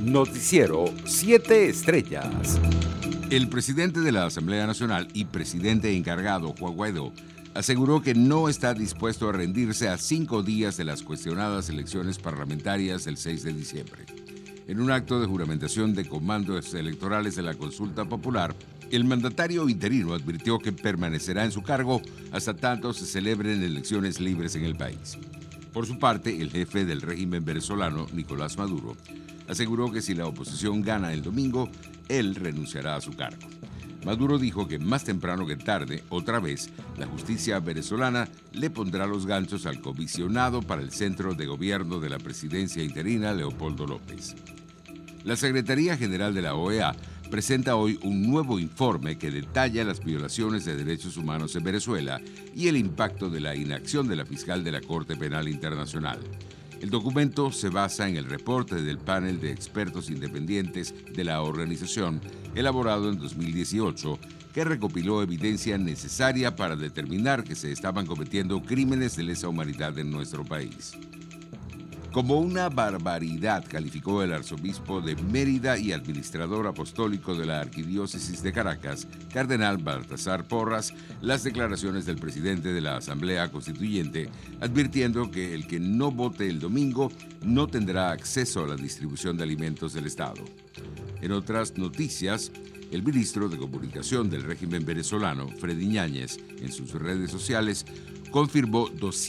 Noticiero 7 Estrellas. El presidente de la Asamblea Nacional y presidente encargado, Juan Guaidó, aseguró que no está dispuesto a rendirse a 5 días de las cuestionadas elecciones parlamentarias del 6 de diciembre. En un acto de juramentación de comandos electorales de la consulta popular, el mandatario interino advirtió que permanecerá en su cargo hasta tanto se celebren elecciones libres en el país. Por su parte, el jefe del régimen venezolano, Nicolás Maduro, aseguró que si la oposición gana el domingo, él renunciará a su cargo. Maduro dijo que más temprano que tarde, otra vez, la justicia venezolana le pondrá los ganchos al comisionado para el centro de gobierno de la presidencia interina, Leopoldo López. La Secretaría General de la OEA presenta hoy un nuevo informe que detalla las violaciones de derechos humanos en Venezuela y el impacto de la inacción de la fiscal de la Corte Penal Internacional. El documento se basa en el reporte del panel de expertos independientes de la organización, elaborado en 2018, que recopiló evidencia necesaria para determinar que se estaban cometiendo crímenes de lesa humanidad en nuestro país. Como una barbaridad, calificó el arzobispo de Mérida y administrador apostólico de la Arquidiócesis de Caracas, cardenal Baltasar Porras, las declaraciones del presidente de la Asamblea Constituyente, advirtiendo que el que no vote el domingo no tendrá acceso a la distribución de alimentos del Estado. En otras noticias, el ministro de Comunicación del régimen venezolano, Freddy Ñáñez, en sus redes sociales, confirmó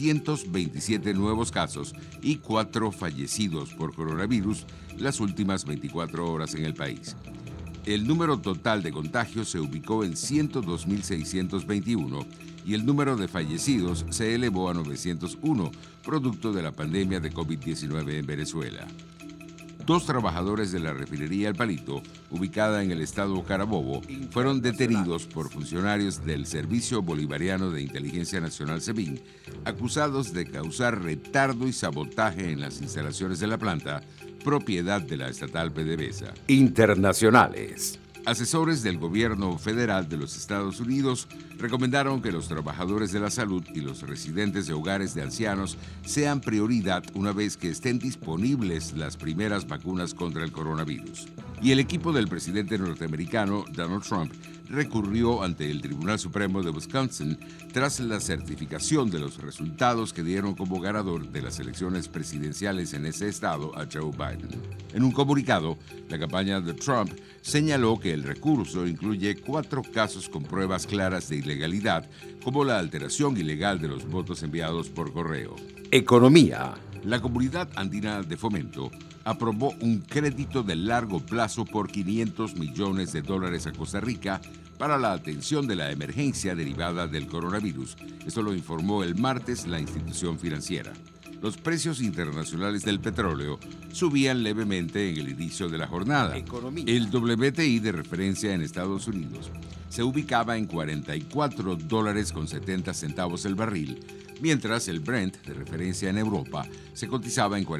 227 nuevos casos y 4 fallecidos por coronavirus las últimas 24 horas en el país. El número total de contagios se ubicó en 102.621 y el número de fallecidos se elevó a 901, producto de la pandemia de COVID-19 en Venezuela. 2 trabajadores de la refinería El Palito, ubicada en el estado Carabobo, fueron detenidos por funcionarios del Servicio Bolivariano de Inteligencia Nacional SEBIN, acusados de causar retardo y sabotaje en las instalaciones de la planta, propiedad de la estatal PDVSA. Internacionales. Asesores del gobierno federal de los Estados Unidos recomendaron que los trabajadores de la salud y los residentes de hogares de ancianos sean prioridad una vez que estén disponibles las primeras vacunas contra el coronavirus. Y el equipo del presidente norteamericano, Donald Trump, recurrió ante el Tribunal Supremo de Wisconsin tras la certificación de los resultados que dieron como ganador de las elecciones presidenciales en ese estado a Joe Biden. En un comunicado, la campaña de Trump señaló que el recurso incluye 4 casos con pruebas claras de ilegalidad, como la alteración ilegal de los votos enviados por correo. Economía. La Comunidad Andina de Fomento aprobó un crédito de largo plazo por $500 millones a Costa Rica para la atención de la emergencia derivada del coronavirus. Esto lo informó el martes la institución financiera. Los precios internacionales del petróleo subían levemente en el inicio de la jornada. El WTI de referencia en Estados Unidos se ubicaba en $44.70 el barril, mientras el Brent de referencia en Europa se cotizaba en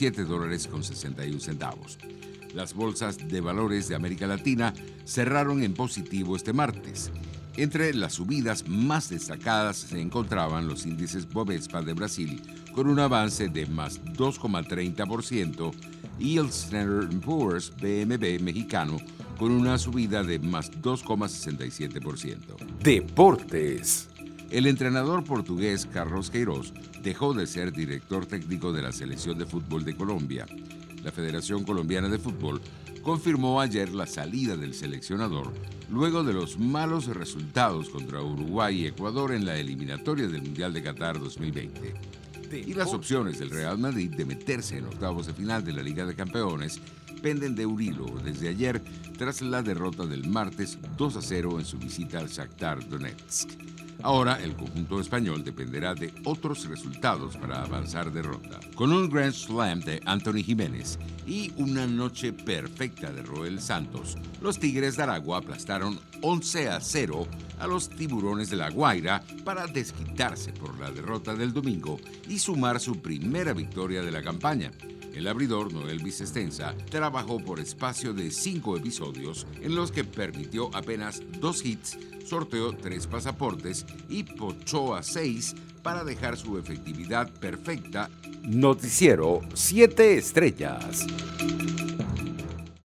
$47.61. Las bolsas de valores de América Latina cerraron en positivo este martes. Entre las subidas más destacadas se encontraban los índices Bovespa de Brasil, con un avance de más 2,30%, y el Standard & Poor's BMB mexicano, con una subida de más 2,67%. Deportes. El entrenador portugués Carlos Queiroz dejó de ser director técnico de la Selección de Fútbol de Colombia. La Federación Colombiana de Fútbol confirmó ayer la salida del seleccionador luego de los malos resultados contra Uruguay y Ecuador en la eliminatoria del Mundial de Qatar 2020. Y las opciones del Real Madrid de meterse en octavos de final de la Liga de Campeones penden de un hilo desde ayer tras la derrota del martes 2-0 en su visita al Shakhtar Donetsk. Ahora el conjunto español dependerá de otros resultados para avanzar de ronda. Con un Grand Slam de Anthony Jiménez y una noche perfecta de Roel Santos, los Tigres de Aragua aplastaron 11-0 a los Tiburones de La Guaira para desquitarse por la derrota del domingo y sumar su primera victoria de la campaña. El abridor Noel Vicestenza trabajó por espacio de 5 episodios en los que permitió apenas 2 hits, sorteó 3 pasaportes y pochó a 6 para dejar su efectividad perfecta. Noticiero 7 Estrellas.